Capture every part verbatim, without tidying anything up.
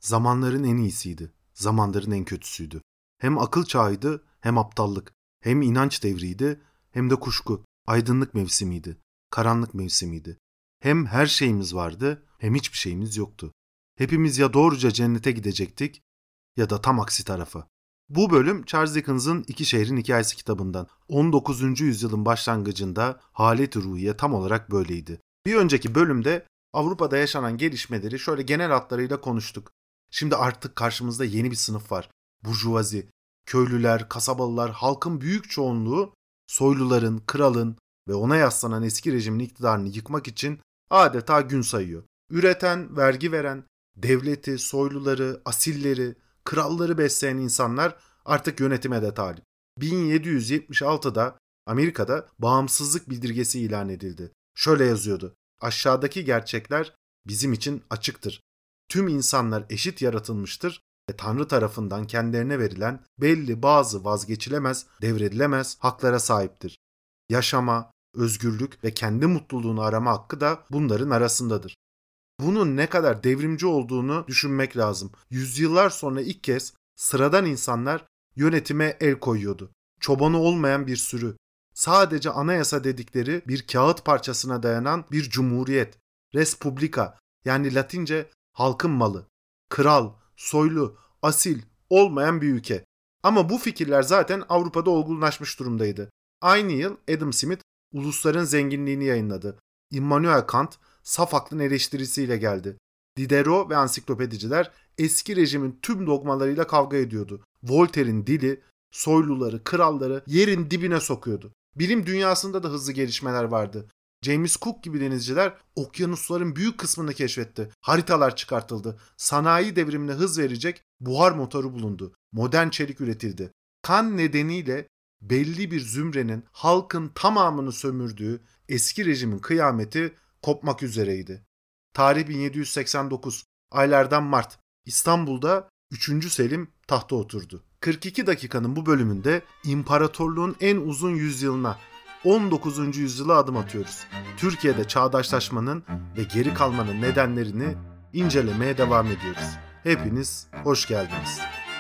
Zamanların en iyisiydi, zamanların en kötüsüydü. Hem akıl çağıydı, hem aptallık. Hem inanç devriydi, hem de kuşku. Aydınlık mevsimiydi, karanlık mevsimiydi. Hem her şeyimiz vardı, hem hiçbir şeyimiz yoktu. Hepimiz ya doğruca cennete gidecektik ya da tam aksi tarafa. Bu bölüm Charles Dickens'ın İki Şehrin Hikayesi kitabından. on dokuzuncu yüzyılın başlangıcında halet-i ruhiye tam olarak böyleydi. Bir önceki bölümde Avrupa'da yaşanan gelişmeleri şöyle genel hatlarıyla konuştuk. Şimdi artık karşımızda yeni bir sınıf var. Burjuvazi, köylüler, kasabalılar, halkın büyük çoğunluğu soyluların, kralın ve ona yaslanan eski rejimin iktidarını yıkmak için adeta gün sayıyor. Üreten, vergi veren, devleti, soyluları, asilleri, kralları besleyen insanlar artık yönetime de talip. bin yedi yüz yetmiş altıda Amerika'da bağımsızlık bildirgesi ilan edildi. Şöyle yazıyordu: aşağıdaki gerçekler bizim için açıktır. Tüm insanlar eşit yaratılmıştır ve Tanrı tarafından kendilerine verilen belli bazı vazgeçilemez, devredilemez haklara sahiptir. Yaşama, özgürlük ve kendi mutluluğunu arama hakkı da bunların arasındadır. Bunun ne kadar devrimci olduğunu düşünmek lazım. Yüzyıllar sonra ilk kez sıradan insanlar yönetime el koyuyordu. Çobanı olmayan bir sürü, sadece anayasa dedikleri bir kağıt parçasına dayanan bir cumhuriyet, respublika, yani Latince halkın malı, kral, soylu, asil olmayan bir ülke. Ama bu fikirler zaten Avrupa'da olgunlaşmış durumdaydı. Aynı yıl Adam Smith Ulusların Zenginliğini yayınladı. Immanuel Kant saf aklın eleştirisiyle geldi. Diderot ve ansiklopediciler eski rejimin tüm dogmalarıyla kavga ediyordu. Voltaire'in dili soyluları, kralları yerin dibine sokuyordu. Bilim dünyasında da hızlı gelişmeler vardı. James Cook gibi denizciler okyanusların büyük kısmını keşfetti. Haritalar çıkartıldı. Sanayi devrimine hız verecek buhar motoru bulundu. Modern çelik üretildi. Kan nedeniyle belli bir zümrenin halkın tamamını sömürdüğü eski rejimin kıyameti kopmak üzereydi. Tarih bin yedi yüz seksen dokuz, aylardan Mart. İstanbul'da üçüncü Selim tahta oturdu. kırk iki dakikanın bu bölümünde imparatorluğun en uzun yüzyılına, on dokuzuncu yüzyıla adım atıyoruz. Türkiye'de çağdaşlaşmanın ve geri kalmanın nedenlerini incelemeye devam ediyoruz. Hepiniz hoş geldiniz.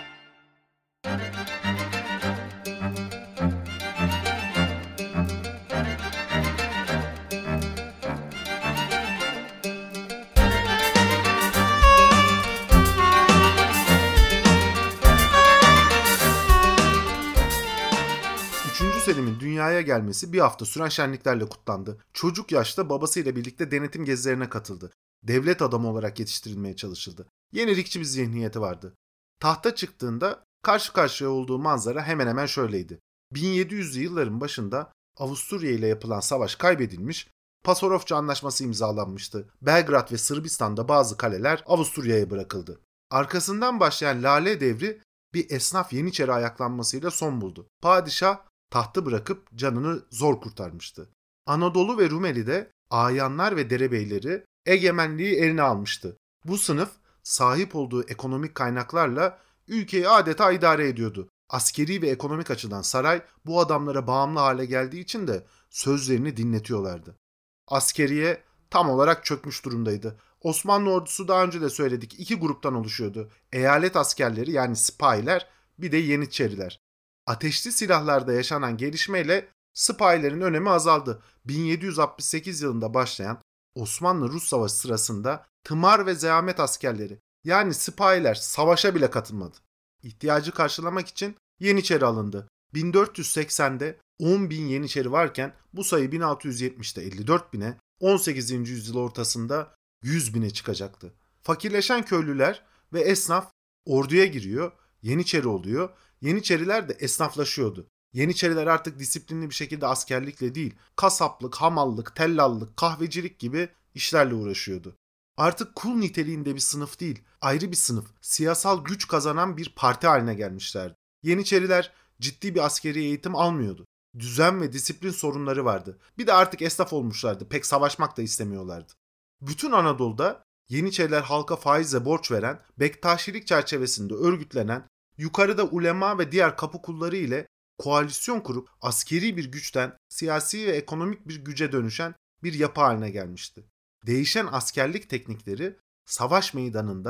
Selim'in dünyaya gelmesi bir hafta süren şenliklerle kutlandı. Çocuk yaşta babasıyla birlikte denetim gezilerine katıldı. Devlet adamı olarak yetiştirilmeye çalışıldı. Yenilikçi bir zihniyeti vardı. Tahta çıktığında karşı karşıya olduğu manzara hemen hemen şöyleydi. bin yedi yüzlü yılların başında Avusturya ile yapılan savaş kaybedilmiş, Pasarofça Anlaşması imzalanmıştı. Belgrad ve Sırbistan'da bazı kaleler Avusturya'ya bırakıldı. Arkasından başlayan Lale Devri bir esnaf Yeniçeri ayaklanmasıyla son buldu. Padişah tahtı bırakıp canını zor kurtarmıştı. Anadolu ve Rumeli'de ayanlar ve derebeyleri egemenliği eline almıştı. Bu sınıf sahip olduğu ekonomik kaynaklarla ülkeyi adeta idare ediyordu. Askeri ve ekonomik açıdan saray bu adamlara bağımlı hale geldiği için de sözlerini dinletiyorlardı. Askeriye tam olarak çökmüş durumdaydı. Osmanlı ordusu daha önce de söyledik iki gruptan oluşuyordu. Eyalet askerleri yani sipahiler, bir de Yeniçeriler. Ateşli silahlarda yaşanan gelişmeyle sipahilerin önemi azaldı. bin yedi yüz altmış sekiz yılında başlayan Osmanlı-Rus Savaşı sırasında tımar ve zehamet askerleri yani sipahiler savaşa bile katılmadı. İhtiyacı karşılamak için Yeniçeri alındı. bin dört yüz seksende on bin Yeniçeri varken bu sayı bin altı yüz yetmişte elli dört bine, on sekizinci yüzyıl ortasında yüz bine çıkacaktı. Fakirleşen köylüler ve esnaf orduya giriyor, Yeniçeri oluyor. Yeniçeriler de esnaflaşıyordu. Yeniçeriler artık disiplinli bir şekilde askerlikle değil, kasaplık, hamallık, tellallık, kahvecilik gibi işlerle uğraşıyordu. Artık kul niteliğinde bir sınıf değil, ayrı bir sınıf, siyasal güç kazanan bir parti haline gelmişlerdi. Yeniçeriler ciddi bir askeri eğitim almıyordu. Düzen ve disiplin sorunları vardı. Bir de artık esnaf olmuşlardı, pek savaşmak da istemiyorlardı. Bütün Anadolu'da Yeniçeriler halka faizle borç veren, Bektaşilik çerçevesinde örgütlenen, yukarıda ulema ve diğer kapı kulları ile koalisyon kurup askeri bir güçten siyasi ve ekonomik bir güce dönüşen bir yapı haline gelmişti. Değişen askerlik teknikleri savaş meydanında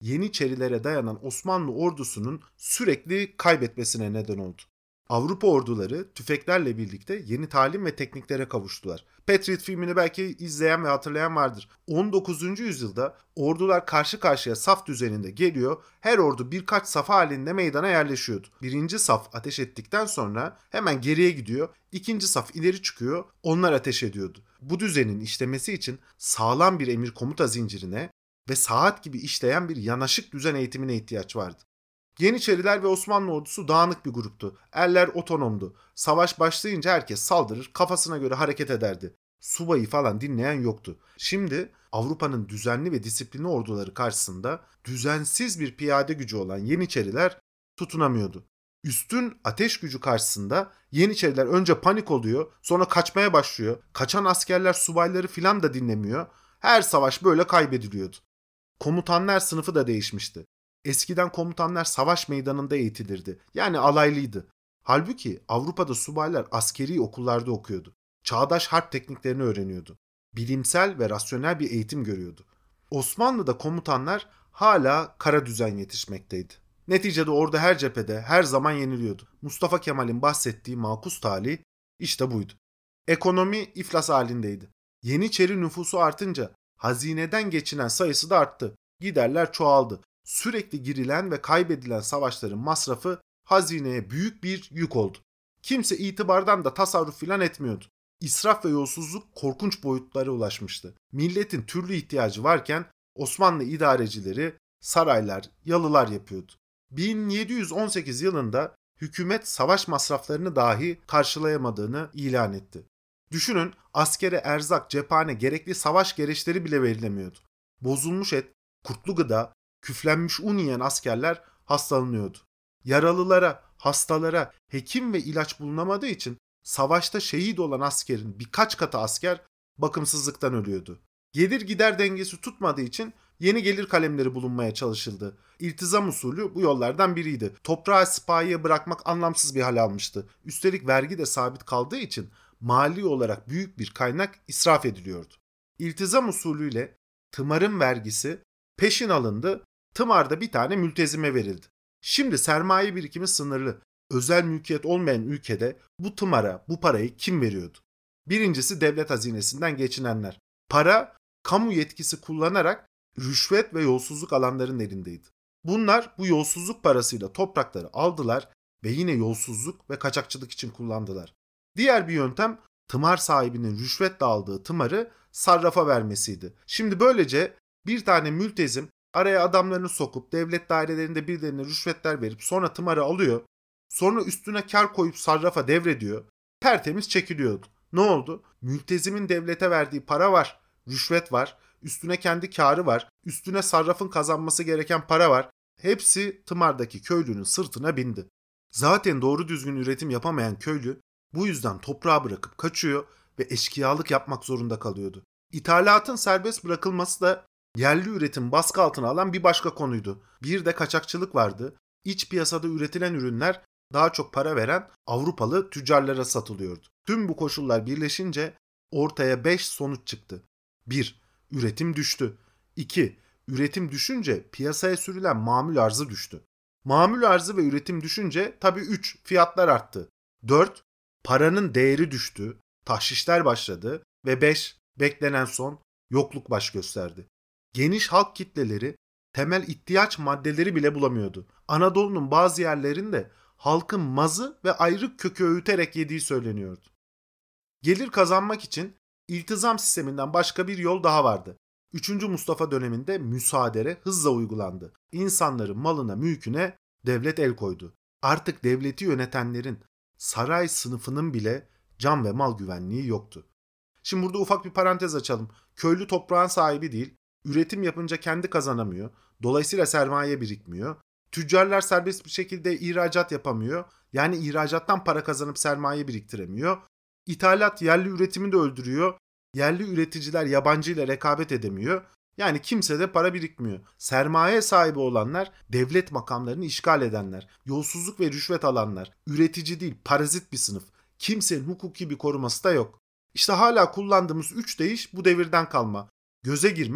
Yeniçerilere dayanan Osmanlı ordusunun sürekli kaybetmesine neden oldu. Avrupa orduları tüfeklerle birlikte yeni talim ve tekniklere kavuştular. Patriot filmini belki izleyen ve hatırlayan vardır. on dokuzuncu yüzyılda ordular karşı karşıya saf düzeninde geliyor, her ordu birkaç saf halinde meydana yerleşiyordu. Birinci saf ateş ettikten sonra hemen geriye gidiyor, ikinci saf ileri çıkıyor, onlar ateş ediyordu. Bu düzenin işlemesi için sağlam bir emir komuta zincirine ve saat gibi işleyen bir yanaşık düzen eğitimine ihtiyaç vardı. Yeniçeriler ve Osmanlı ordusu dağınık bir gruptu. Erler otonomdu. Savaş başlayınca herkes saldırır, kafasına göre hareket ederdi. Subayı falan dinleyen yoktu. Şimdi Avrupa'nın düzenli ve disiplinli orduları karşısında düzensiz bir piyade gücü olan Yeniçeriler tutunamıyordu. Üstün ateş gücü karşısında Yeniçeriler önce panik oluyor, sonra kaçmaya başlıyor. Kaçan askerler subayları filan da dinlemiyor. Her savaş böyle kaybediliyordu. Komutanlar sınıfı da değişmişti. Eskiden komutanlar savaş meydanında eğitilirdi. Yani alaylıydı. Halbuki Avrupa'da subaylar askeri okullarda okuyordu. Çağdaş harp tekniklerini öğreniyordu. Bilimsel ve rasyonel bir eğitim görüyordu. Osmanlı'da komutanlar hala kara düzen yetişmekteydi. Neticede orada her cephede her zaman yeniliyordu. Mustafa Kemal'in bahsettiği makus talih işte buydu. Ekonomi iflas halindeydi. Yeniçeri nüfusu artınca hazineden geçinen sayısı da arttı. Giderler çoğaldı. Sürekli girilen ve kaybedilen savaşların masrafı hazineye büyük bir yük oldu. Kimse itibardan da tasarruf filan etmiyordu. İsraf ve yolsuzluk korkunç boyutlara ulaşmıştı. Milletin türlü ihtiyacı varken Osmanlı idarecileri saraylar, yalılar yapıyordu. bin yedi yüz on sekiz yılında hükümet savaş masraflarını dahi karşılayamadığını ilan etti. Düşünün, askere erzak, cephane, gerekli savaş gereçleri bile verilemiyordu. Bozulmuş et, kurtlu gıda, küflenmiş un yiyen askerler hastalanıyordu. Yaralılara, hastalara hekim ve ilaç bulunamadığı için savaşta şehit olan askerin birkaç katı asker bakımsızlıktan ölüyordu. Gelir gider dengesi tutmadığı için yeni gelir kalemleri bulunmaya çalışıldı. İltizam usulü bu yollardan biriydi. Toprağı sipahiye bırakmak anlamsız bir hal almıştı. Üstelik vergi de sabit kaldığı için mali olarak büyük bir kaynak israf ediliyordu. İltizam usulüyle tımarın vergisi peşin alındı, tımarda bir tane mültezime verildi. Şimdi sermaye birikimi sınırlı. Özel mülkiyet olmayan ülkede bu tımara, bu parayı kim veriyordu? Birincisi devlet hazinesinden geçinenler. Para, kamu yetkisi kullanarak rüşvet ve yolsuzluk alanların elindeydi. Bunlar bu yolsuzluk parasıyla toprakları aldılar ve yine yolsuzluk ve kaçakçılık için kullandılar. Diğer bir yöntem tımar sahibinin rüşvetle aldığı tımarı sarrafa vermesiydi. Şimdi böylece bir tane mültezim araya adamlarını sokup devlet dairelerinde birilerine rüşvetler verip sonra tımarı alıyor. Sonra üstüne kar koyup sarrafa devrediyor. Tertemiz çekiliyordu. Ne oldu? Mültezimin devlete verdiği para var, rüşvet var, üstüne kendi karı var, üstüne sarrafın kazanması gereken para var. Hepsi tımardaki köylünün sırtına bindi. Zaten doğru düzgün üretim yapamayan köylü bu yüzden toprağı bırakıp kaçıyor ve eşkıyalık yapmak zorunda kalıyordu. İthalatın serbest bırakılması da yerli üretim baskı altına alan bir başka konuydu. Bir de kaçakçılık vardı. İç piyasada üretilen ürünler daha çok para veren Avrupalı tüccarlara satılıyordu. Tüm bu koşullar birleşince ortaya beş sonuç çıktı. bir. Üretim düştü. iki. Üretim düşünce piyasaya sürülen mamul arzı düştü. Mamul arzı ve üretim düşünce tabii üç. Fiyatlar arttı. dört. Paranın değeri düştü. Tahşişler başladı. Ve beş. Beklenen son. Yokluk baş gösterdi. Geniş halk kitleleri temel ihtiyaç maddeleri bile bulamıyordu. Anadolu'nun bazı yerlerinde halkın mazı ve ayrık kökü öğüterek yediği söyleniyordu. Gelir kazanmak için iltizam sisteminden başka bir yol daha vardı. üçüncü Mustafa döneminde müsaadere hızla uygulandı. İnsanların malına, mülküne devlet el koydu. Artık devleti yönetenlerin, saray sınıfının bile can ve mal güvenliği yoktu. Şimdi burada ufak bir parantez açalım. Köylü toprağın sahibi değil, üretim yapınca kendi kazanamıyor, dolayısıyla sermaye birikmiyor. Tüccarlar serbest bir şekilde ihracat yapamıyor, yani ihracattan para kazanıp sermaye biriktiremiyor. İthalat yerli üretimi de öldürüyor, yerli üreticiler yabancı ile rekabet edemiyor. Yani kimsede para birikmiyor. Sermaye sahibi olanlar devlet makamlarını işgal edenler, yolsuzluk ve rüşvet alanlar, üretici değil parazit bir sınıf. Kimsenin hukuki bir koruması da yok. İşte hala kullandığımız üç deyiş bu devirden kalma. Göze girmek,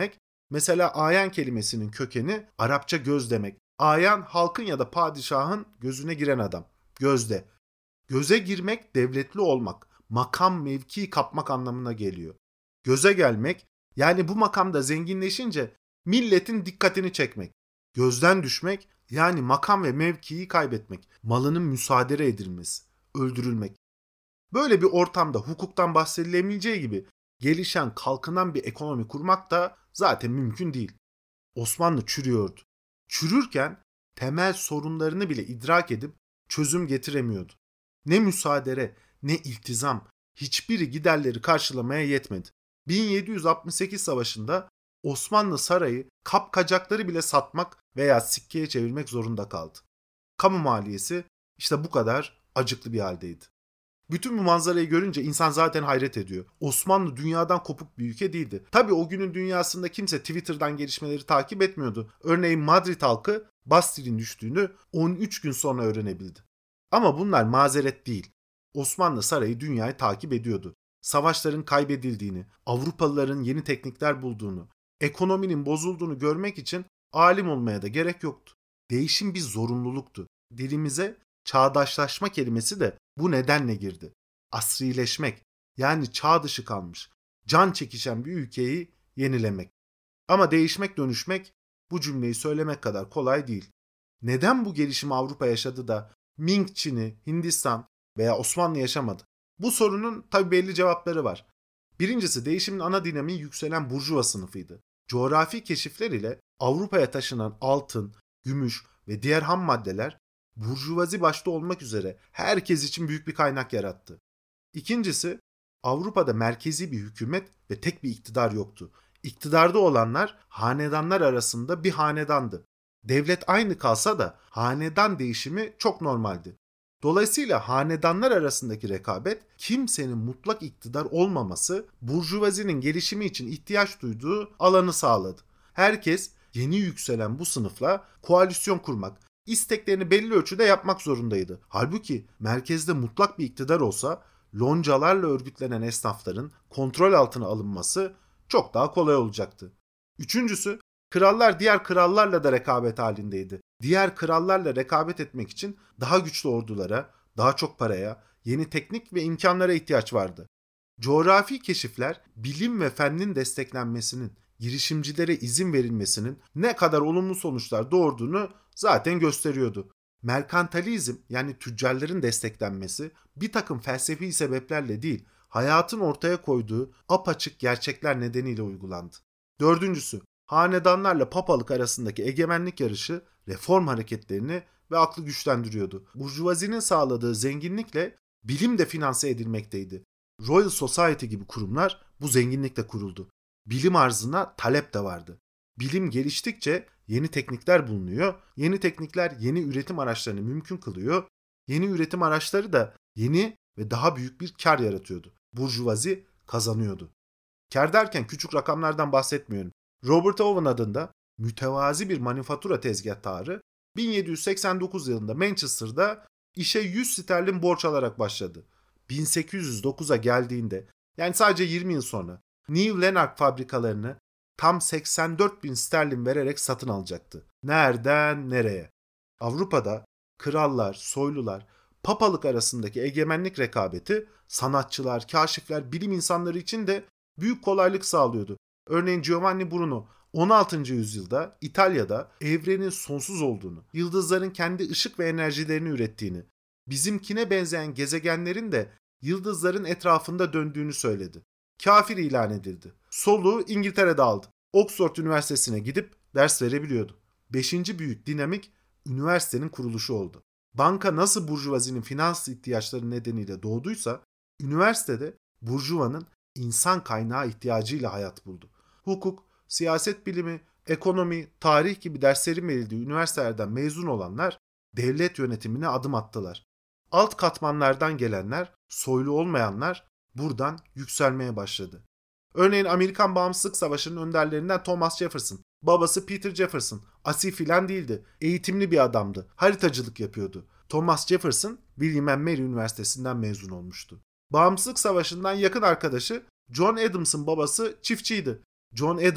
Mesela ayan kelimesinin kökeni Arapça göz demek. Ayan halkın ya da padişahın gözüne giren adam. Gözde. Göze girmek devletli olmak, makam mevki kapmak anlamına geliyor. Göze gelmek yani bu makamda zenginleşince milletin dikkatini çekmek. Gözden düşmek yani makam ve mevkiyi kaybetmek, malının müsaade edilmesi, öldürülmek. Böyle bir ortamda hukuktan bahsedilemeyeceği gibi gelişen, kalkınan bir ekonomi kurmak da zaten mümkün değil. Osmanlı çürüyordu. Çürürken temel sorunlarını bile idrak edip çözüm getiremiyordu. Ne müsaade, ne iltizam, hiçbiri giderleri karşılamaya yetmedi. bin yedi yüz altmış sekiz savaşında Osmanlı sarayı kapkacakları bile satmak veya sikkeye çevirmek zorunda kaldı. Kamu maliyesi işte bu kadar acıklı bir haldeydi. Bütün bu manzarayı görünce insan zaten hayret ediyor. Osmanlı dünyadan kopuk bir ülke değildi. Tabii o günün dünyasında kimse Twitter'dan gelişmeleri takip etmiyordu. Örneğin Madrid halkı Bastil'in düştüğünü on üç gün sonra öğrenebildi. Ama bunlar mazeret değil. Osmanlı sarayı dünyayı takip ediyordu. Savaşların kaybedildiğini, Avrupalıların yeni teknikler bulduğunu, ekonominin bozulduğunu görmek için alim olmaya da gerek yoktu. Değişim bir zorunluluktu. Dilimize çağdaşlaşma kelimesi de bu nedenle girdi. Asrileşmek, yani çağ dışı kalmış, can çekişen bir ülkeyi yenilemek. Ama değişmek, dönüşmek bu cümleyi söylemek kadar kolay değil. Neden bu gelişimi Avrupa yaşadı da Ming Çin'i, Hindistan veya Osmanlı yaşamadı? Bu sorunun tabii belli cevapları var. Birincisi değişimin ana dinamiği yükselen burjuva sınıfıydı. Coğrafi keşifler ile Avrupa'ya taşınan altın, gümüş ve diğer ham maddeler burjuvazi başta olmak üzere herkes için büyük bir kaynak yarattı. İkincisi, Avrupa'da merkezi bir hükümet ve tek bir iktidar yoktu. İktidarda olanlar hanedanlar arasında bir hanedandı. Devlet aynı kalsa da hanedan değişimi çok normaldi. Dolayısıyla hanedanlar arasındaki rekabet, kimsenin mutlak iktidar olmaması, burjuvazinin gelişimi için ihtiyaç duyduğu alanı sağladı. Herkes yeni yükselen bu sınıfla koalisyon kurmak, isteklerini belli ölçüde yapmak zorundaydı. Halbuki merkezde mutlak bir iktidar olsa, loncalarla örgütlenen esnafların kontrol altına alınması çok daha kolay olacaktı. Üçüncüsü, krallar diğer krallarla da rekabet halindeydi. Diğer krallarla rekabet etmek için daha güçlü ordulara, daha çok paraya, yeni teknik ve imkanlara ihtiyaç vardı. Coğrafi keşifler, bilim ve fennin desteklenmesinin, girişimcilere izin verilmesinin ne kadar olumlu sonuçlar doğurduğunu zaten gösteriyordu. Merkantalizm, yani tüccarların desteklenmesi bir takım felsefi sebeplerle değil, hayatın ortaya koyduğu apaçık gerçekler nedeniyle uygulandı. Dördüncüsü, hanedanlarla papalık arasındaki egemenlik yarışı reform hareketlerini ve aklı güçlendiriyordu. Burjuvazinin sağladığı zenginlikle bilim de finanse edilmekteydi. Royal Society gibi kurumlar bu zenginlikle kuruldu. Bilim arzına talep de vardı. Bilim geliştikçe yeni teknikler bulunuyor. Yeni teknikler yeni üretim araçlarını mümkün kılıyor. Yeni üretim araçları da yeni ve daha büyük bir kar yaratıyordu. Burjuvazi kazanıyordu. Kar derken küçük rakamlardan bahsetmiyorum. Robert Owen adında mütevazi bir manifatura tezgahtarı bin yedi yüz seksen dokuz yılında Manchester'da işe yüz sterlin borç alarak başladı. bin sekiz yüz dokuza geldiğinde, yani sadece yirmi yıl sonra, New Lanark fabrikalarını tam seksen dört bin sterlin vererek satın alacaktı. Nereden nereye? Avrupa'da krallar, soylular, papalık arasındaki egemenlik rekabeti sanatçılar, kaşifler, bilim insanları için de büyük kolaylık sağlıyordu. Örneğin Giovanni Bruno on altıncı yüzyılda İtalya'da evrenin sonsuz olduğunu, yıldızların kendi ışık ve enerjilerini ürettiğini, bizimkine benzeyen gezegenlerin de yıldızların etrafında döndüğünü söyledi. Kafir ilan edildi. Soluğu İngiltere'de aldı. Oxford Üniversitesi'ne gidip ders verebiliyordu. Beşinci büyük dinamik üniversitenin kuruluşu oldu. Banka nasıl burjuvazinin finans ihtiyaçları nedeniyle doğduysa, üniversitede burjuvanın insan kaynağı ihtiyacıyla hayat buldu. Hukuk, siyaset bilimi, ekonomi, tarih gibi derslerin verildiği üniversitelerden mezun olanlar devlet yönetimine adım attılar. Alt katmanlardan gelenler, soylu olmayanlar buradan yükselmeye başladı. Örneğin Amerikan Bağımsızlık Savaşı'nın önderlerinden Thomas Jefferson, babası Peter Jefferson, asil filan değildi, eğitimli bir adamdı, haritacılık yapıyordu. Thomas Jefferson, William and Mary Üniversitesi'nden mezun olmuştu. Bağımsızlık Savaşı'ndan yakın arkadaşı John Adams'ın babası çiftçiydi. John Adams,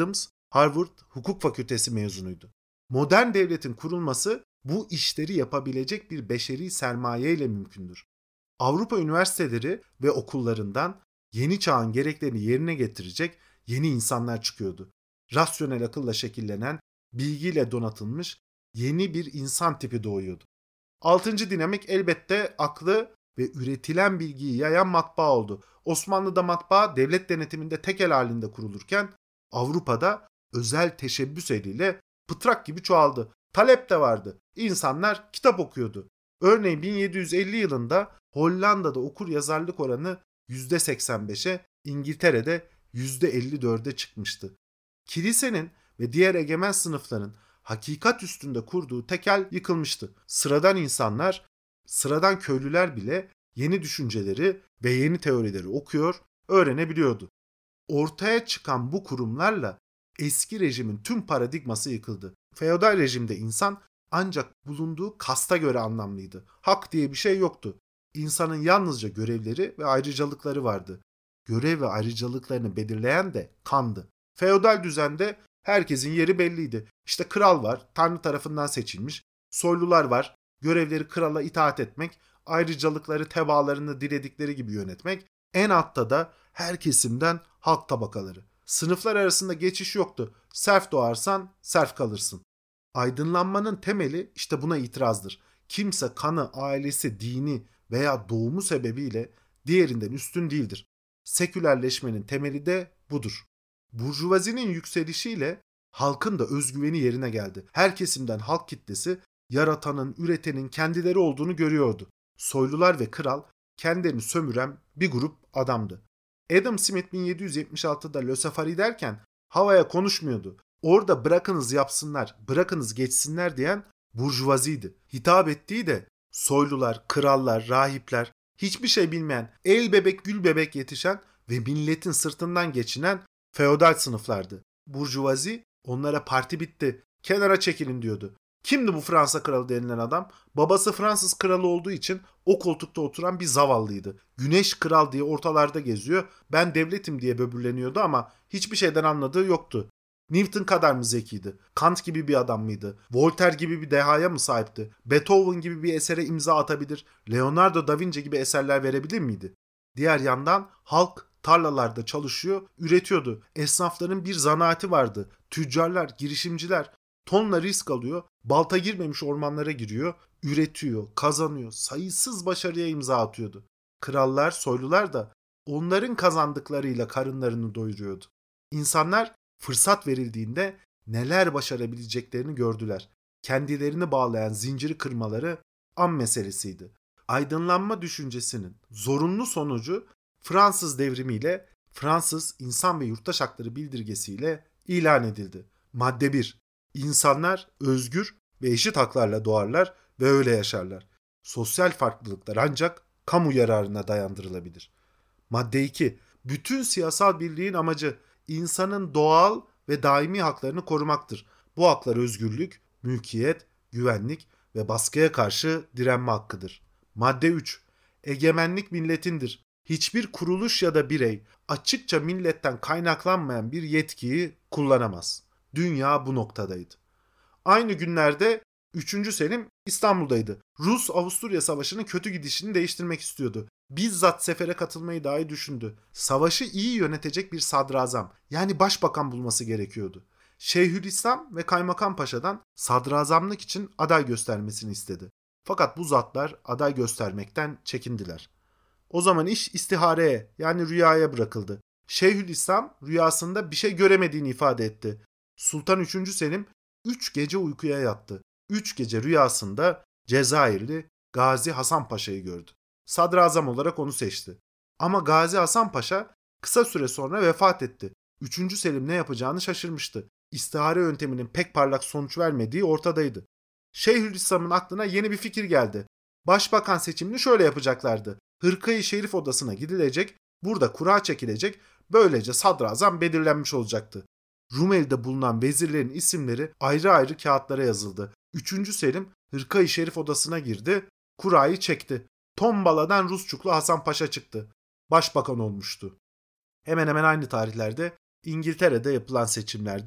Harvard Hukuk Fakültesi mezunuydu. Modern devletin kurulması bu işleri yapabilecek bir beşeri sermaye ile mümkündür. Avrupa üniversiteleri ve okullarından yeni çağın gereklerini yerine getirecek yeni insanlar çıkıyordu. Rasyonel akılla şekillenen, bilgiyle donatılmış yeni bir insan tipi doğuyordu. Altıncı dinamik elbette aklı ve üretilen bilgiyi yayan matbaa oldu. Osmanlı'da matbaa devlet denetiminde tekel halinde kurulurken Avrupa'da özel teşebbüs eliyle pıtrak gibi çoğaldı. Talep de vardı. İnsanlar kitap okuyordu. Örneğin bin yedi yüz elli yılında Hollanda'da okur yazarlık oranı yüzde seksen beşe, İngiltere'de yüzde elli dörde çıkmıştı. Kilisenin ve diğer egemen sınıfların hakikat üstünde kurduğu tekel yıkılmıştı. Sıradan insanlar, sıradan köylüler bile yeni düşünceleri ve yeni teorileri okuyor, öğrenebiliyordu. Ortaya çıkan bu kurumlarla eski rejimin tüm paradigması yıkıldı. Feodal rejimde insan ancak bulunduğu kasta göre anlamlıydı. Hak diye bir şey yoktu. İnsanın yalnızca görevleri ve ayrıcalıkları vardı. Görev ve ayrıcalıklarını belirleyen de kandı. Feodal düzende herkesin yeri belliydi. İşte kral var, tanrı tarafından seçilmiş. Soylular var, görevleri krala itaat etmek, ayrıcalıkları tebaalarını diledikleri gibi yönetmek. En altta da her kesimden halk tabakaları. Sınıflar arasında geçiş yoktu. Serf doğarsan serf kalırsın. Aydınlanmanın temeli işte buna itirazdır. Kimse kanı, ailesi, dini veya doğumu sebebiyle diğerinden üstün değildir. Sekülerleşmenin temeli de budur. Burjuvazinin yükselişiyle halkın da özgüveni yerine geldi. Her kesimden halk kitlesi yaratanın, üretenin kendileri olduğunu görüyordu. Soylular ve kral kendilerini sömüren bir grup adamdı. Adam Smith bin yedi yüz yetmiş altıda Le Safari derken havaya konuşmuyordu. Orada bırakınız yapsınlar, bırakınız geçsinler diyen burjuvaziydi. Hitap ettiği de soylular, krallar, rahipler, hiçbir şey bilmeyen, el bebek gül bebek yetişen ve milletin sırtından geçinen feodal sınıflardı. Burjuvazi onlara parti bitti, kenara çekilin diyordu. Kimdi bu Fransa kralı denilen adam? Babası Fransız kralı olduğu için o koltukta oturan bir zavallıydı. Güneş kral diye ortalarda geziyor, ben devletim diye böbürleniyordu ama hiçbir şeyden anladığı yoktu. Newton kadar mı zekiydi? Kant gibi bir adam mıydı? Voltaire gibi bir dehaya mı sahipti? Beethoven gibi bir esere imza atabilir, Leonardo da Vinci gibi eserler verebilir miydi? Diğer yandan halk tarlalarda çalışıyor, üretiyordu. Esnafların bir zanaati vardı. Tüccarlar, girişimciler tonla risk alıyor, balta girmemiş ormanlara giriyor, üretiyor, kazanıyor, sayısız başarıya imza atıyordu. Krallar, soylular da onların kazandıklarıyla karınlarını doyuruyordu. İnsanlar fırsat verildiğinde neler başarabileceklerini gördüler. Kendilerini bağlayan zinciri kırmaları an meselesiydi. Aydınlanma düşüncesinin zorunlu sonucu Fransız devrimiyle Fransız İnsan ve Yurttaş Hakları Bildirgesi'yle ilan edildi. Madde bir. İnsanlar özgür ve eşit haklarla doğarlar ve öyle yaşarlar. Sosyal farklılıklar ancak kamu yararına dayandırılabilir. Madde iki. Bütün siyasal birliğin amacı insanın doğal ve daimi haklarını korumaktır. Bu haklar özgürlük, mülkiyet, güvenlik ve baskıya karşı direnme hakkıdır. Madde üç. Egemenlik milletindir. Hiçbir kuruluş ya da birey açıkça milletten kaynaklanmayan bir yetkiyi kullanamaz. Dünya bu noktadaydı. Aynı günlerde üçüncü Selim İstanbul'daydı. Rus-Avusturya Savaşı'nın kötü gidişini değiştirmek istiyordu. Bizzat sefere katılmayı dahi düşündü. Savaşı iyi yönetecek bir sadrazam, yani başbakan bulması gerekiyordu. Şeyhülislam ve Kaymakam Paşa'dan sadrazamlık için aday göstermesini istedi. Fakat bu zatlar aday göstermekten çekindiler. O zaman iş istihareye, yani rüyaya bırakıldı. Şeyhülislam rüyasında bir şey göremediğini ifade etti. Sultan üçüncü Selim üç gece uykuya yattı. üç gece rüyasında Cezayirli Gazi Hasan Paşa'yı gördü. Sadrazam olarak onu seçti. Ama Gazi Hasan Paşa kısa süre sonra vefat etti. üçüncü Selim ne yapacağını şaşırmıştı. İstihare yönteminin pek parlak sonuç vermediği ortadaydı. Şeyhülislam'ın aklına yeni bir fikir geldi. Başbakan seçimini şöyle yapacaklardı. Hırkayı Şerif odasına gidilecek, burada kura çekilecek, böylece sadrazam belirlenmiş olacaktı. Rumeli'de bulunan vezirlerin isimleri ayrı ayrı kağıtlara yazıldı. üçüncü Selim Hırkayı Şerif odasına girdi, kurayı çekti. Tombala'dan Rusçuklu Hasan Paşa çıktı. Başbakan olmuştu. Hemen hemen aynı tarihlerde İngiltere'de yapılan seçimlerde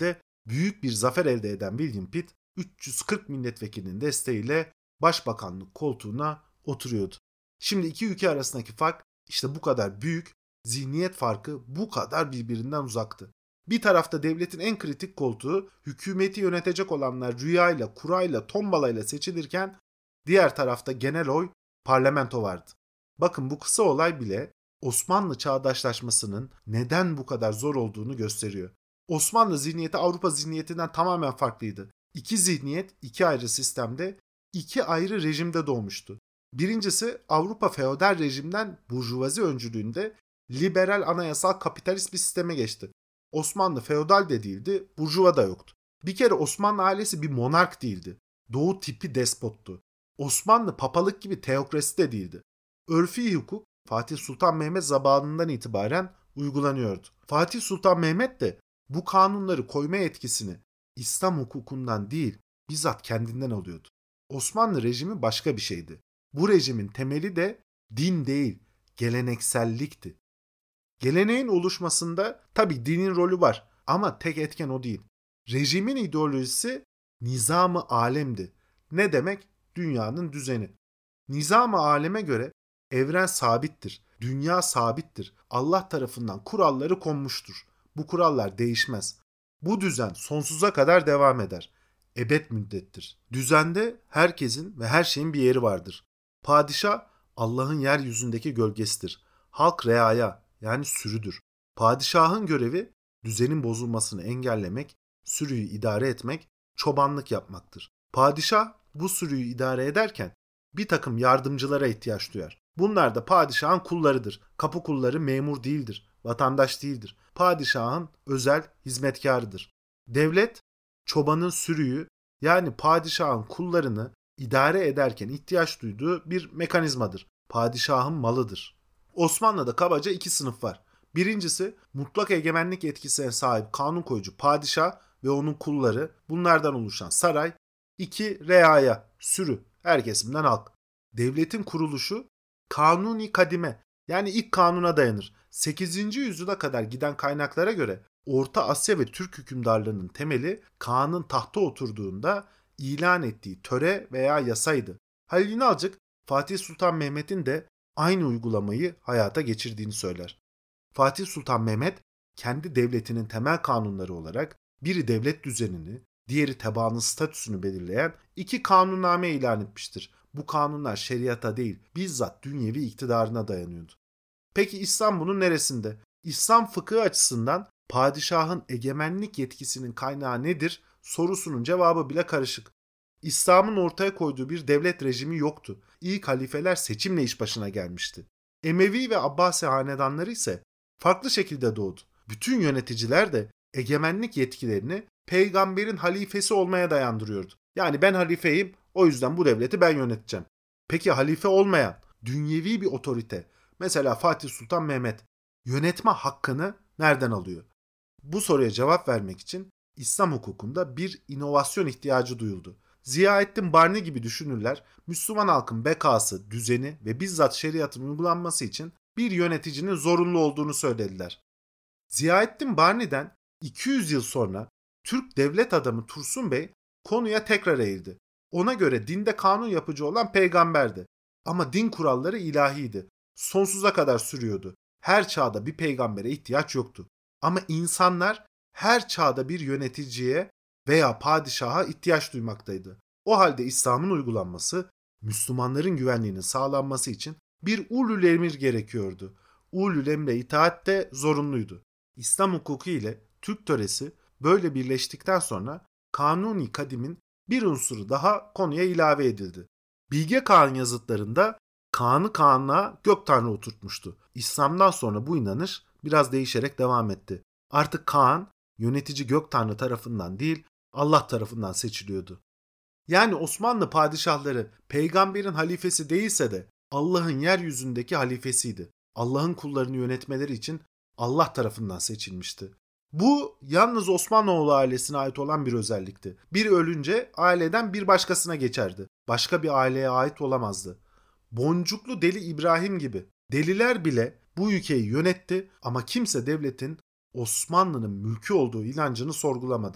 büyük bir zafer elde eden William Pitt üç yüz kırk milletvekilinin desteğiyle başbakanlık koltuğuna oturuyordu. Şimdi iki ülke arasındaki fark işte bu kadar büyük, zihniyet farkı bu kadar birbirinden uzaktı. Bir tarafta devletin en kritik koltuğu hükümeti yönetecek olanlar rüyayla, kurayla, tombalayla seçilirken diğer tarafta genel oy, parlamento vardı. Bakın bu kısa olay bile Osmanlı çağdaşlaşmasının neden bu kadar zor olduğunu gösteriyor. Osmanlı zihniyeti Avrupa zihniyetinden tamamen farklıydı. İki zihniyet, iki ayrı sistemde, iki ayrı rejimde doğmuştu. Birincisi Avrupa feodal rejimden burjuvazi öncülüğünde liberal anayasal kapitalist bir sisteme geçti. Osmanlı feodal de değildi, burjuva da yoktu. Bir kere Osmanlı ailesi bir monark değildi. Doğu tipi despottu. Osmanlı papalık gibi teokrasi de değildi. Örfi hukuk Fatih Sultan Mehmet zamanından itibaren uygulanıyordu. Fatih Sultan Mehmet de bu kanunları koyma etkisini İslam hukukundan değil bizzat kendinden alıyordu. Osmanlı rejimi başka bir şeydi. Bu rejimin temeli de din değil, geleneksellikti. Geleneğin oluşmasında tabii dinin rolü var ama tek etken o değil. Rejimin ideolojisi nizam-ı alemdi. Ne demek? Dünyanın düzeni. Nizam-ı aleme göre evren sabittir, dünya sabittir. Allah tarafından kuralları konmuştur. Bu kurallar değişmez. Bu düzen sonsuza kadar devam eder. Ebed müddettir. Düzende herkesin ve her şeyin bir yeri vardır. Padişah Allah'ın yeryüzündeki gölgesidir. Halk reaya yani sürüdür. Padişahın görevi düzenin bozulmasını engellemek, sürüyü idare etmek, çobanlık yapmaktır. Padişah bu sürüyü idare ederken bir takım yardımcılara ihtiyaç duyar. Bunlar da padişahın kullarıdır. Kapı kulları memur değildir, vatandaş değildir. Padişahın özel hizmetkarıdır. Devlet, çobanın sürüyü yani padişahın kullarını idare ederken ihtiyaç duyduğu bir mekanizmadır. Padişahın malıdır. Osmanlı'da kabaca iki sınıf var. Birincisi mutlak egemenlik etkisine sahip kanun koyucu padişah ve onun kulları, bunlardan oluşan saray. İki reaya, sürü, her kesimden halk. Devletin kuruluşu kanuni kadime yani ilk kanuna dayanır. sekizinci yüzyıla kadar giden kaynaklara göre Orta Asya ve Türk hükümdarlığının temeli Kaan'ın tahta oturduğunda ilan ettiği töre veya yasaydı. Halil İnalcık, Fatih Sultan Mehmet'in de aynı uygulamayı hayata geçirdiğini söyler. Fatih Sultan Mehmet kendi devletinin temel kanunları olarak biri devlet düzenini, diğeri tebaanın statüsünü belirleyen iki kanunname ilan etmiştir. Bu kanunlar şeriata değil, bizzat dünyevi iktidarına dayanıyordu. Peki İslam bunun neresinde? İslam fıkıh açısından padişahın egemenlik yetkisinin kaynağı nedir sorusunun cevabı bile karışık. İslam'ın ortaya koyduğu bir devlet rejimi yoktu. İlk halifeler seçimle iş başına gelmişti. Emevi ve Abbasi hanedanları ise farklı şekilde doğdu. Bütün yöneticiler de egemenlik yetkilerini peygamberin halifesi olmaya dayandırıyordu. Yani ben halifeyim, o yüzden bu devleti ben yöneteceğim. Peki halife olmayan, dünyevi bir otorite, mesela Fatih Sultan Mehmet, yönetme hakkını nereden alıyor? Bu soruya cevap vermek için İslam hukukunda bir inovasyon ihtiyacı duyuldu. Ziyaettin Barni gibi düşünürler, Müslüman halkın bekası, düzeni ve bizzat şeriatın uygulanması için bir yöneticinin zorunlu olduğunu söylediler. Ziyaettin Barni'den iki yüz yıl sonra Türk devlet adamı Tursun Bey konuya tekrar eğildi. Ona göre dinde kanun yapıcı olan peygamberdi. Ama din kuralları ilahiydi. Sonsuza kadar sürüyordu. Her çağda bir peygambere ihtiyaç yoktu. Ama insanlar her çağda bir yöneticiye veya padişaha ihtiyaç duymaktaydı. O halde İslam'ın uygulanması, Müslümanların güvenliğinin sağlanması için bir ulul emir gerekiyordu. Ulul emre itaat de zorunluydu. İslam hukuku ile Türk töresi böyle birleştikten sonra Kanuni Kadim'in bir unsuru daha konuya ilave edildi. Bilge Kağan yazıtlarında Kaan'ı Kaanlığa gök tanrı oturtmuştu. İslam'dan sonra bu inanış biraz değişerek devam etti. Artık Kaan yönetici gök tanrı tarafından değil Allah tarafından seçiliyordu. Yani Osmanlı padişahları peygamberin halifesi değilse de Allah'ın yeryüzündeki halifesiydi. Allah'ın kullarını yönetmeleri için Allah tarafından seçilmişti. Bu yalnız Osmanoğlu ailesine ait olan bir özellikti. Biri ölünce aileden bir başkasına geçerdi. Başka bir aileye ait olamazdı. Boncuklu Deli İbrahim gibi deliler bile bu ülkeyi yönetti ama kimse devletin Osmanlı'nın mülkü olduğu inancını sorgulamadı.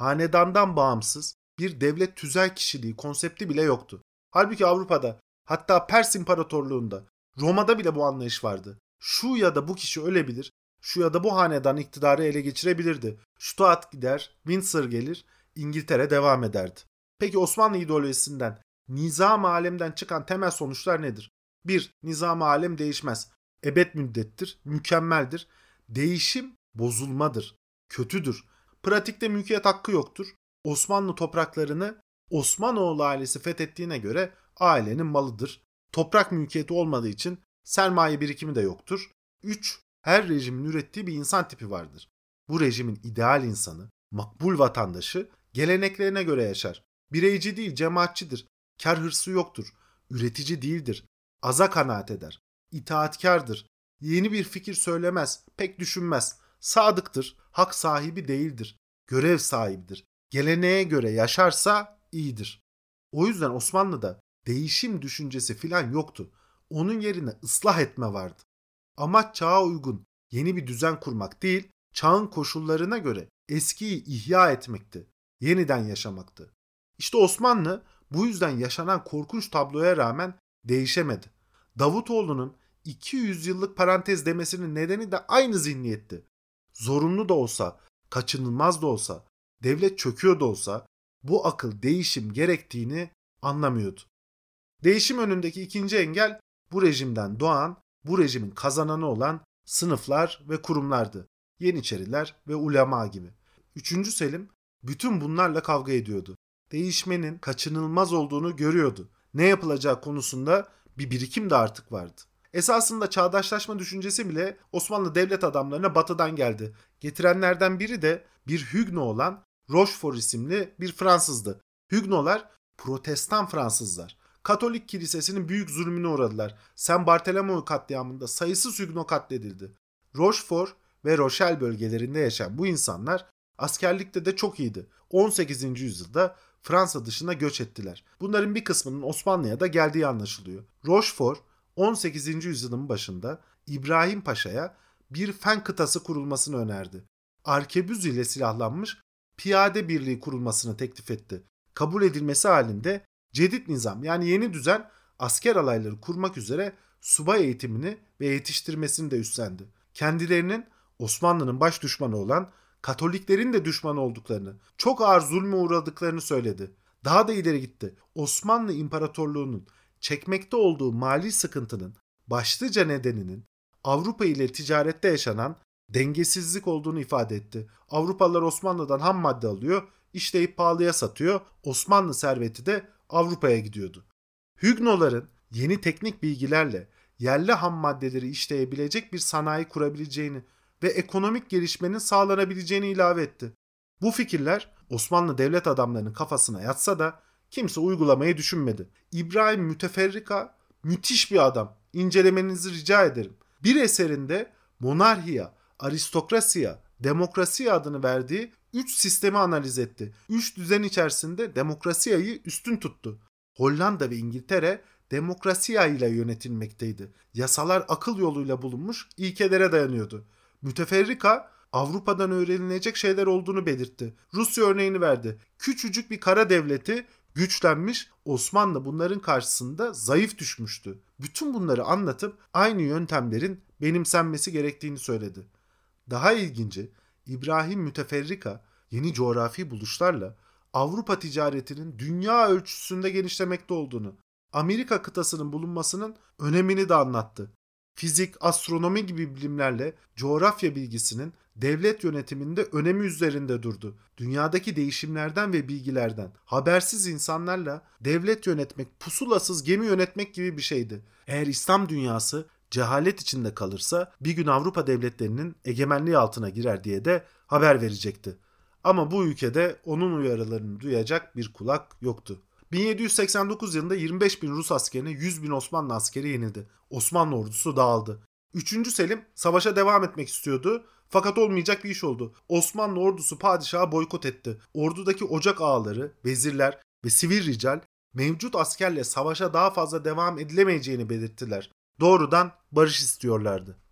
hanedandan bağımsız bir devlet tüzel kişiliği konsepti bile yoktu. Halbuki Avrupa'da, hatta Pers İmparatorluğu'nda, Roma'da bile bu anlayış vardı. Şu ya da bu kişi ölebilir, şu ya da bu hanedan iktidarı ele geçirebilirdi. Stuart gider, Windsor gelir, İngiltere devam ederdi. Peki Osmanlı ideolojisinden, nizam-ı alemden çıkan temel sonuçlar nedir? bir. Nizam-ı alem değişmez. Ebed müddettir, mükemmeldir. Değişim bozulmadır, kötüdür. Pratikte mülkiyet hakkı yoktur. Osmanlı topraklarını Osmanoğlu ailesi fethettiğine göre ailenin malıdır. Toprak mülkiyeti olmadığı için sermaye birikimi de yoktur. üç. Her rejimin ürettiği bir insan tipi vardır. Bu rejimin ideal insanı, makbul vatandaşı geleneklerine göre yaşar. Bireyci değil, cemaatçidir. Kar hırsı yoktur. Üretici değildir. Aza kanaat eder. İtaatkardır. Yeni bir fikir söylemez, pek düşünmez. Sadıktır. Hak sahibi değildir. Görev sahibidir. Geleneğe göre yaşarsa iyidir. O yüzden Osmanlı'da değişim düşüncesi filan yoktu. Onun yerine ıslah etme vardı. Amaç çağa uygun yeni bir düzen kurmak değil, çağın koşullarına göre eskiyi ihya etmekti. Yeniden yaşamaktı. İşte Osmanlı bu yüzden yaşanan korkunç tabloya rağmen değişemedi. Davutoğlu'nun iki yüz yıllık parantez demesinin nedeni de aynı zihniyetti. Zorunlu da olsa, kaçınılmaz da olsa, devlet çöküyor da olsa bu akıl değişim gerektiğini anlamıyordu. Değişim önündeki ikinci engel bu rejimden doğan, bu rejimin kazananı olan sınıflar ve kurumlardı. Yeniçeriler ve ulema gibi. Üçüncü Selim bütün bunlarla kavga ediyordu. Değişmenin kaçınılmaz olduğunu görüyordu. Ne yapılacağı konusunda bir birikim de artık vardı. Esasında çağdaşlaşma düşüncesi bile Osmanlı devlet adamlarına batıdan geldi. Getirenlerden biri de bir Huguenot olan Rochefort isimli bir Fransızdı. Huguenotlar Protestan Fransızlar. Katolik kilisesinin büyük zulmüne uğradılar. Saint Bartholomew katliamında sayısız Huguenot katledildi. Rochefort ve Rochelle bölgelerinde yaşayan bu insanlar askerlikte de çok iyiydi. on sekizinci yüzyılda Fransa dışına göç ettiler. Bunların bir kısmının Osmanlı'ya da geldiği anlaşılıyor. Rochefort on sekizinci yüzyılın başında İbrahim Paşa'ya bir fen kıtası kurulmasını önerdi. Arkebüz ile silahlanmış piyade birliği kurulmasını teklif etti. Kabul edilmesi halinde Cedid Nizam yani yeni düzen asker alayları kurmak üzere subay eğitimini ve yetiştirmesini de üstlendi. Kendilerinin Osmanlı'nın baş düşmanı olan Katoliklerin de düşman olduklarını, çok ağır zulme uğradıklarını söyledi. Daha da ileri gitti. Osmanlı İmparatorluğu'nun çekmekte olduğu mali sıkıntının başlıca nedeninin Avrupa ile ticarette yaşanan dengesizlik olduğunu ifade etti. Avrupalılar Osmanlı'dan ham madde alıyor, işleyip pahalıya satıyor. Osmanlı serveti de Avrupa'ya gidiyordu. Huguenotların yeni teknik bilgilerle yerli ham maddeleri işleyebilecek bir sanayi kurabileceğini ve ekonomik gelişmenin sağlanabileceğini ilave etti. Bu fikirler Osmanlı devlet adamlarının kafasına yatsa da kimse uygulamayı düşünmedi. İbrahim Müteferrika müthiş bir adam. İncelemenizi rica ederim. Bir eserinde monarhiya, aristokrasiya, demokrasiya adını verdiği üç sistemi analiz etti. Üç düzen içerisinde demokrasiyayı üstün tuttu. Hollanda ve İngiltere demokrasiya ile yönetilmekteydi. Yasalar akıl yoluyla bulunmuş ilkelere dayanıyordu. Müteferrika Avrupa'dan öğrenilecek şeyler olduğunu belirtti. Rusya örneğini verdi. Küçücük bir kara devleti güçlenmiş, Osmanlı bunların karşısında zayıf düşmüştü. Bütün bunları anlatıp aynı yöntemlerin benimsenmesi gerektiğini söyledi. Daha ilginci, İbrahim Müteferrika yeni coğrafi buluşlarla Avrupa ticaretinin dünya ölçüsünde genişlemekte olduğunu, Amerika kıtasının bulunmasının önemini de anlattı. Fizik, astronomi gibi bilimlerle coğrafya bilgisinin devlet yönetiminde önemi üzerinde durdu. Dünyadaki değişimlerden ve bilgilerden habersiz insanlarla devlet yönetmek, pusulasız gemi yönetmek gibi bir şeydi. Eğer İslam dünyası cehalet içinde kalırsa bir gün Avrupa devletlerinin egemenliği altına girer diye de haber verecekti. Ama bu ülkede onun uyarılarını duyacak bir kulak yoktu. bin yedi yüz seksen dokuz yılında yirmi beş bin Rus askerine yüz bin Osmanlı askeri yenildi. Osmanlı ordusu dağıldı. üçüncü Selim savaşa devam etmek istiyordu fakat olmayacak bir iş oldu. Osmanlı ordusu padişahı boykot etti. Ordudaki ocak ağaları, vezirler ve sivil rical mevcut askerle savaşa daha fazla devam edilemeyeceğini belirttiler. Doğrudan barış istiyorlardı.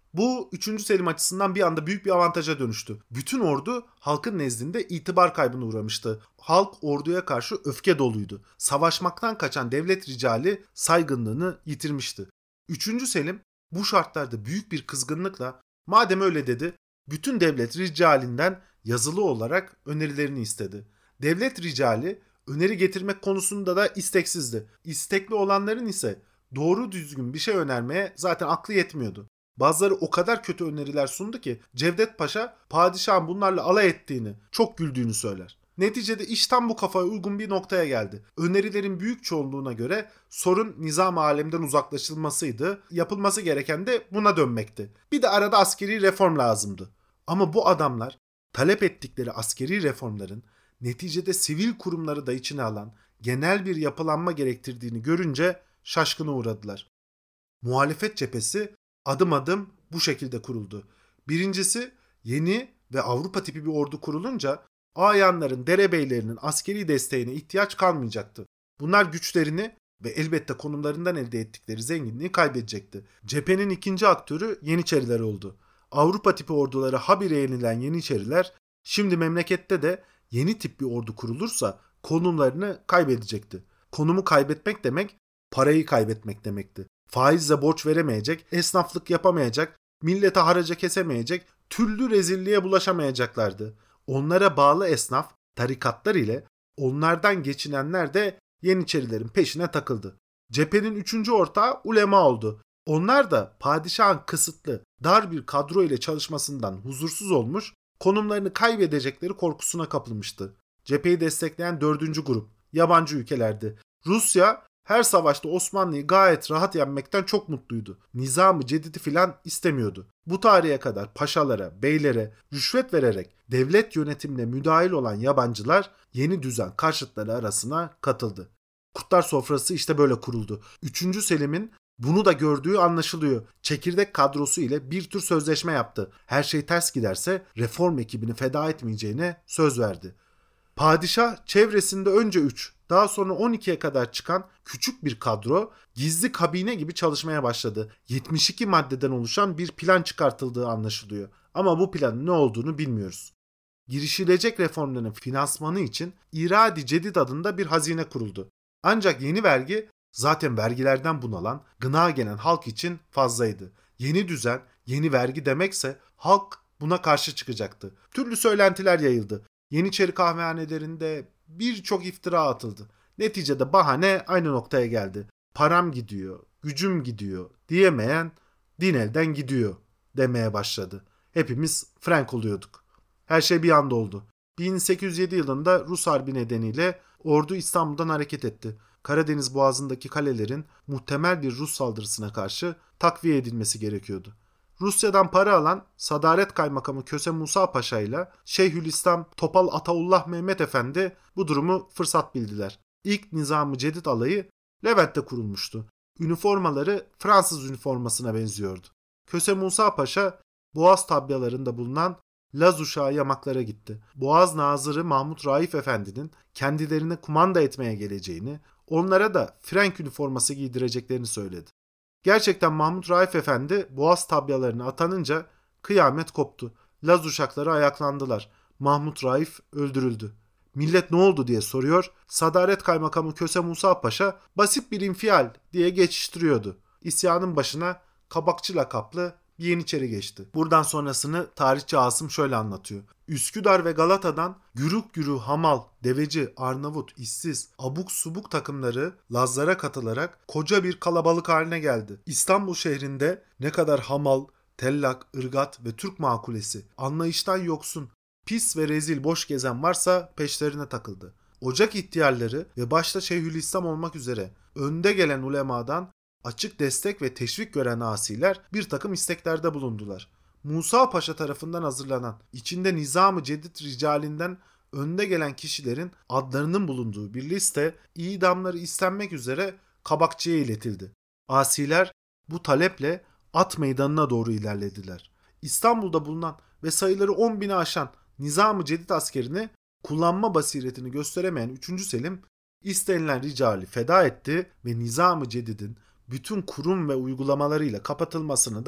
Bu üçüncü Selim açısından bir anda büyük bir avantaja dönüştü. Bütün ordu halkın nezdinde itibar kaybına uğramıştı. Halk orduya karşı öfke doluydu. Savaşmaktan kaçan devlet ricali saygınlığını yitirmişti. üçüncü Selim bu şartlarda büyük bir kızgınlıkla madem öyle dedi, bütün devlet ricalinden yazılı olarak önerilerini istedi. Devlet ricali öneri getirmek konusunda da isteksizdi. İstekli olanların ise doğru düzgün bir şey önermeye zaten aklı yetmiyordu. Bazıları o kadar kötü öneriler sundu ki Cevdet Paşa padişahın bunlarla alay ettiğini, çok güldüğünü söyler. Neticede iş tam bu kafaya uygun bir noktaya geldi. Önerilerin büyük çoğunluğuna göre sorun nizam-ı alemden uzaklaşılmasıydı. Yapılması gereken de buna dönmekti. Bir de arada askeri reform lazımdı. Ama bu adamlar talep ettikleri askeri reformların neticede sivil kurumları da içine alan genel bir yapılanma gerektirdiğini görünce şaşkına uğradılar. Muhalefet cephesi adım adım bu şekilde kuruldu. Birincisi, yeni ve Avrupa tipi bir ordu kurulunca ayanların, derebeylerinin askeri desteğine ihtiyaç kalmayacaktı. Bunlar güçlerini ve elbette konumlarından elde ettikleri zenginliği kaybedecekti. Cephenin ikinci aktörü Yeniçeriler oldu. Avrupa tipi ordulara habire yenilen Yeniçeriler şimdi memlekette de yeni tip bir ordu kurulursa konumlarını kaybedecekti. Konumu kaybetmek demek parayı kaybetmek demekti. Faizle borç veremeyecek, esnaflık yapamayacak, millete haraca kesemeyecek, türlü rezilliğe bulaşamayacaklardı. Onlara bağlı esnaf, tarikatlar ile onlardan geçinenler de Yeniçerilerin peşine takıldı. Cephenin üçüncü ortağı ulema oldu. Onlar da padişahın kısıtlı, dar bir kadro ile çalışmasından huzursuz olmuş, konumlarını kaybedecekleri korkusuna kapılmıştı. Cepheyi destekleyen dördüncü grup yabancı ülkelerdi. Rusya her savaşta Osmanlı'yı gayet rahat yenmekten çok mutluydu. Nizam-ı Cedid'i filan istemiyordu. Bu tarihe kadar paşalara, beylere rüşvet vererek devlet yönetimine müdahil olan yabancılar yeni düzen karşıtları arasına katıldı. Kurtlar sofrası işte böyle kuruldu. üçüncü Selim'in bunu da gördüğü anlaşılıyor. Çekirdek kadrosu ile bir tür sözleşme yaptı. Her şey ters giderse reform ekibini feda etmeyeceğine söz verdi. Padişah çevresinde önce üç, daha sonra on ikiye kadar çıkan küçük bir kadro gizli kabine gibi çalışmaya başladı. yetmiş iki maddeden oluşan bir plan çıkartıldığı anlaşılıyor. Ama bu planın ne olduğunu bilmiyoruz. Girişilecek reformların finansmanı için İradi Cedid adında bir hazine kuruldu. Ancak yeni vergi zaten vergilerden bunalan, gına gelen halk için fazlaydı. Yeni düzen, yeni vergi demekse halk buna karşı çıkacaktı. Türlü söylentiler yayıldı. Yeniçeri kahvehanelerinde birçok iftira atıldı. Neticede bahane aynı noktaya geldi. Param gidiyor, gücüm gidiyor diyemeyen din elden gidiyor demeye başladı. Hepimiz Frank oluyorduk. Her şey bir anda oldu. bin sekiz yüz yedi yılında Rus Harbi nedeniyle ordu İstanbul'dan hareket etti. Karadeniz Boğazı'ndaki kalelerin muhtemel bir Rus saldırısına karşı takviye edilmesi gerekiyordu. Rusya'dan para alan Sadaret Kaymakamı Köse Musa Paşa ile Şeyhülislam Topal Ataullah Mehmet Efendi bu durumu fırsat bildiler. İlk Nizam-ı Cedid alayı Levent'te kurulmuştu. Üniformaları Fransız üniformasına benziyordu. Köse Musa Paşa Boğaz tabyalarında bulunan Laz uşağı yamaklara gitti. Boğaz Nazırı Mahmut Raif Efendi'nin kendilerine kumanda etmeye geleceğini, onlara da Frank üniforması giydireceklerini söyledi. Gerçekten Mahmut Raif Efendi Boğaz tabyalarına atanınca kıyamet koptu. Laz uşakları ayaklandılar. Mahmut Raif öldürüldü. Millet ne oldu diye soruyor. Sadaret Kaymakamı Köse Musa Paşa basit bir infial diye geçiştiriyordu. İsyanın başına Kabakçı lakaplı bir Yeniçeri geçti. Buradan sonrasını tarihçi Asım şöyle anlatıyor. Üsküdar ve Galata'dan gürük gürü hamal, deveci, Arnavut, işsiz, abuk subuk takımları Lazlara katılarak koca bir kalabalık haline geldi. İstanbul şehrinde ne kadar hamal, tellak, ırgat ve Türk makulesi, anlayıştan yoksun, pis ve rezil boş gezen varsa peşlerine takıldı. Ocak ihtiyarları ve başta Şeyhülislam olmak üzere önde gelen ulemadan açık destek ve teşvik gören asiler bir takım isteklerde bulundular. Musa Paşa tarafından hazırlanan, içinde Nizam-ı Cedid ricalinden önde gelen kişilerin adlarının bulunduğu bir liste idamları istenmek üzere Kabakçı'ya iletildi. Asiler bu taleple at meydanına doğru ilerlediler. İstanbul'da bulunan ve sayıları on bini aşan Nizam-ı Cedid askerini kullanma basiretini gösteremeyen üçüncü Selim istenilen ricali feda etti ve Nizam-ı Cedid'in bütün kurum ve uygulamalarıyla kapatılmasını da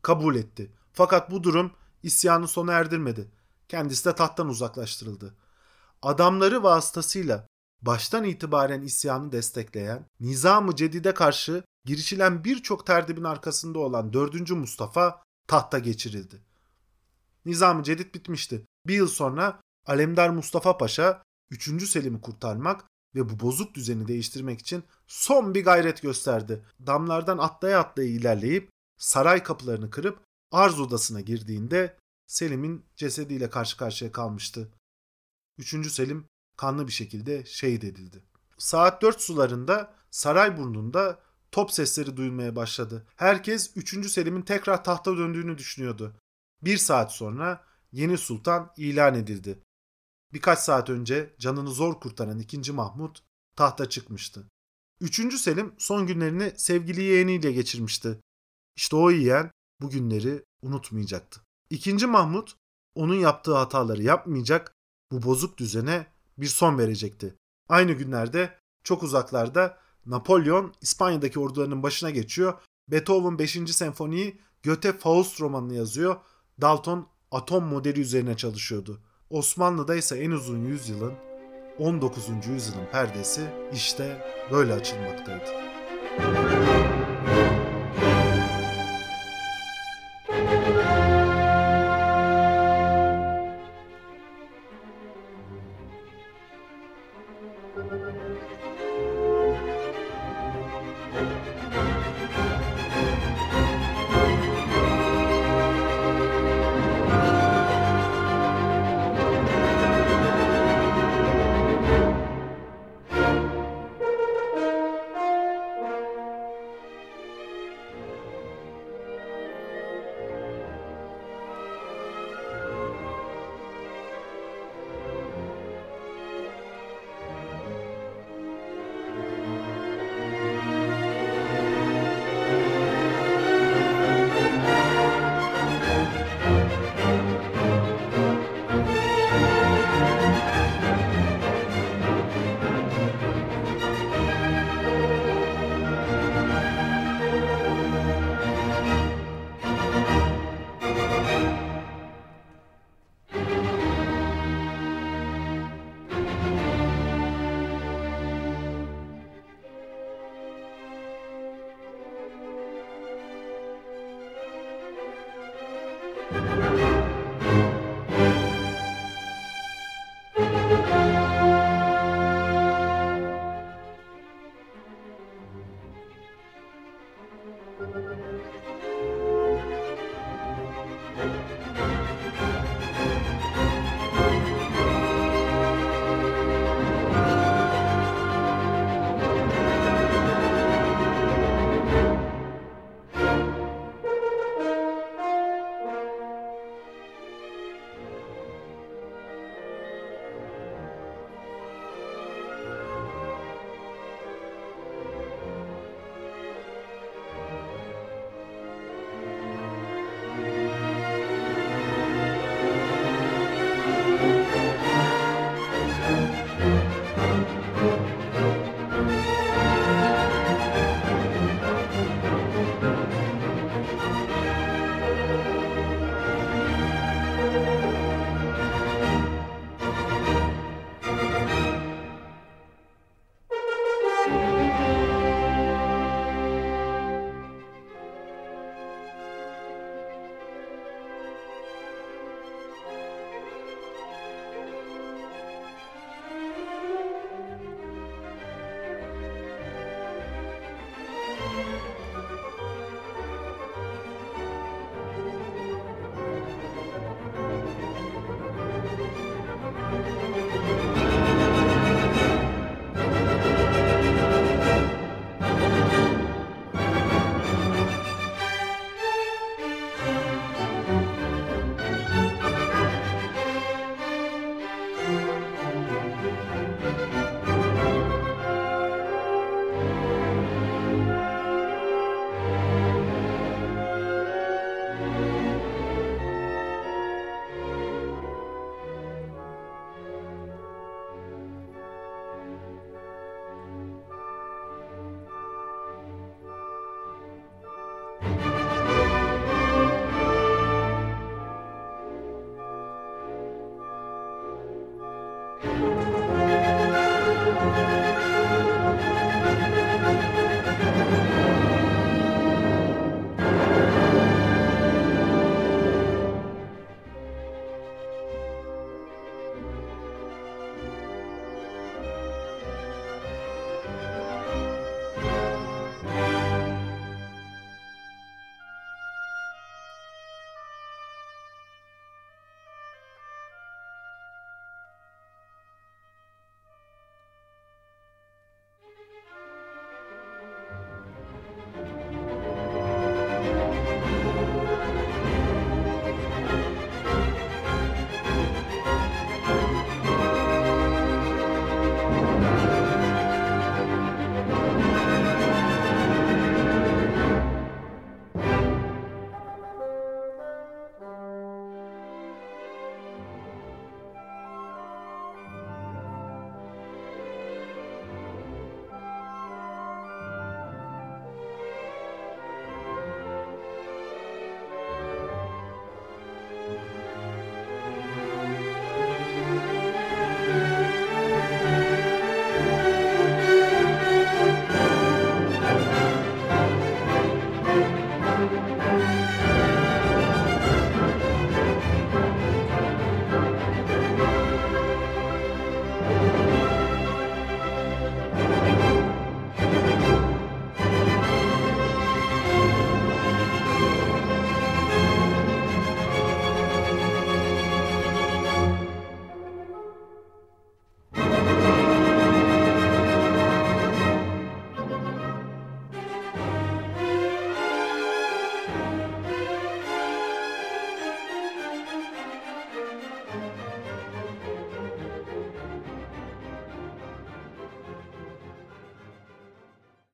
kabul etti. Fakat bu durum isyanı sona erdirmedi. Kendisi de tahttan uzaklaştırıldı. Adamları vasıtasıyla baştan itibaren isyanı destekleyen, Nizam-ı Cedid'e karşı girişilen birçok terdibin arkasında olan dördüncü Mustafa tahta geçirildi. Nizam-ı Cedid bitmişti. Bir yıl sonra Alemdar Mustafa Paşa üçüncü Selim'i kurtarmak ve bu bozuk düzeni değiştirmek için son bir gayret gösterdi. Damlardan atlaya atlaya ilerleyip saray kapılarını kırıp arz odasına girdiğinde Selim'in cesediyle karşı karşıya kalmıştı. üçüncü Selim kanlı bir şekilde şehit edildi. Saat dört sularında Sarayburnu'nda top sesleri duyulmaya başladı. Herkes üçüncü Selim'in tekrar tahta döndüğünü düşünüyordu. Bir saat sonra yeni sultan ilan edildi. Birkaç saat önce canını zor kurtaran ikinci Mahmut tahta çıkmıştı. üçüncü Selim son günlerini sevgili yeğeniyle geçirmişti. İşte o yeğen bu günleri unutmayacaktı. İkinci Mahmut onun yaptığı hataları yapmayacak, bu bozuk düzene bir son verecekti. Aynı günlerde çok uzaklarda Napolyon İspanya'daki ordularının başına geçiyor. Beethoven beşinci senfoniyi, Goethe Faust romanını yazıyor. Dalton atom modeli üzerine çalışıyordu. Osmanlı'da ise en uzun yüzyılın on dokuzuncu yüzyılın perdesi işte böyle açılmaktaydı.